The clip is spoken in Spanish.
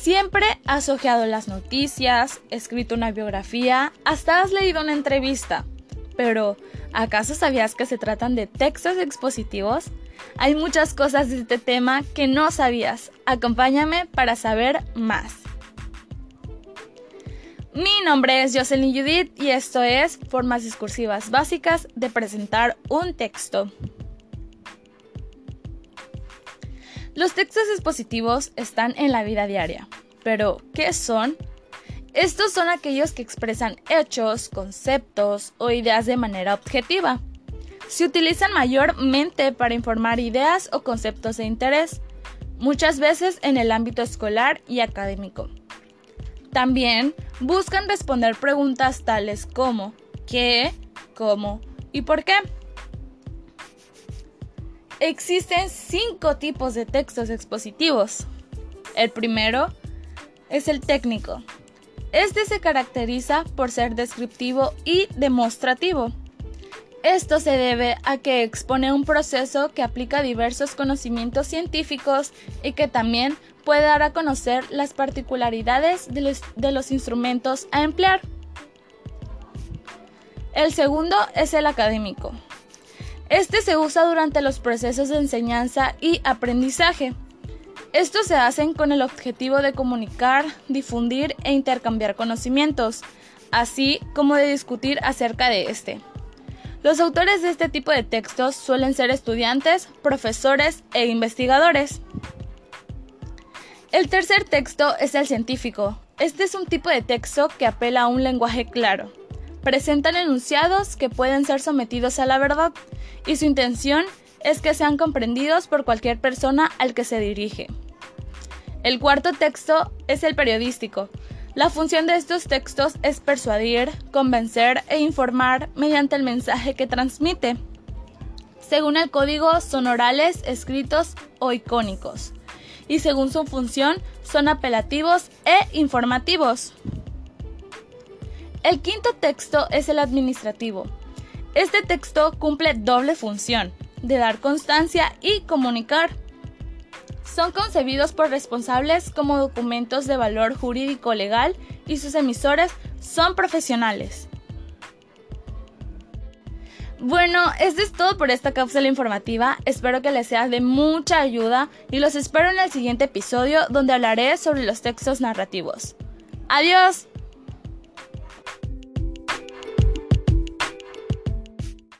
Siempre has hojeado las noticias, escrito una biografía, hasta has leído una entrevista. Pero, ¿acaso sabías que se tratan de textos expositivos? Hay muchas cosas de este tema que no sabías. Acompáñame para saber más. Mi nombre es Jocelyn Judith y esto es Formas discursivas básicas de presentar un texto. Los textos expositivos están en la vida diaria, pero ¿qué son? Estos son aquellos que expresan hechos, conceptos o ideas de manera objetiva. Se utilizan mayormente para informar ideas o conceptos de interés, muchas veces en el ámbito escolar y académico. También buscan responder preguntas tales como ¿qué?, ¿cómo? ¿y por qué? Existen 5 tipos de textos expositivos. El primero es el técnico. Este se caracteriza por ser descriptivo y demostrativo. Esto se debe a que expone un proceso que aplica diversos conocimientos científicos y que también puede dar a conocer las particularidades de los instrumentos a emplear. El segundo es el académico. Este se usa durante los procesos de enseñanza y aprendizaje. Estos se hacen con el objetivo de comunicar, difundir e intercambiar conocimientos, así como de discutir acerca de este. Los autores de este tipo de textos suelen ser estudiantes, profesores e investigadores. El tercer texto es el científico. Este es un tipo de texto que apela a un lenguaje claro. Presentan enunciados que pueden ser sometidos a la verdad y su intención es que sean comprendidos por cualquier persona al que se dirige. El cuarto texto es el periodístico. La función de estos textos es persuadir, convencer e informar mediante el mensaje que transmite. Según el código son orales, escritos o icónicos, y según su función son apelativos e informativos. El quinto texto es el administrativo. Este texto cumple doble función, de dar constancia y comunicar. Son concebidos por responsables como documentos de valor jurídico legal y sus emisores son profesionales. Bueno, esto es todo por esta cápsula informativa. Espero que les sea de mucha ayuda y los espero en el siguiente episodio donde hablaré sobre los textos narrativos. ¡Adiós!